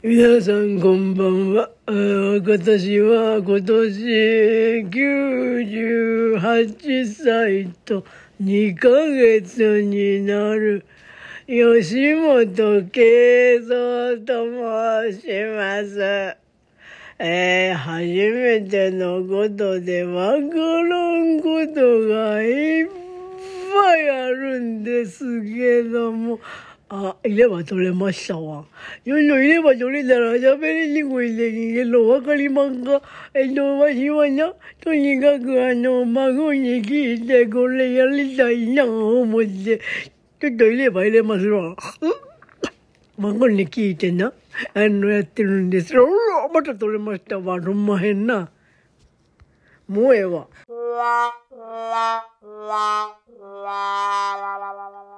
皆さんこんばんは。私は今年98歳と2ヶ月になる吉本慶三と申します。初めてのことでわからんことがいっぱいあるんですけども、入れ歯取れましたわ。入れ歯取れたら喋りにくいですけど、わかりますか？わしはな、とにかく孫に聞いてこれやりたいな思って、ちょっと入れ歯入れますわ。孫に聞いてな、やってるんですよ。また取れましたわ。ほんまへんな。もうええわ。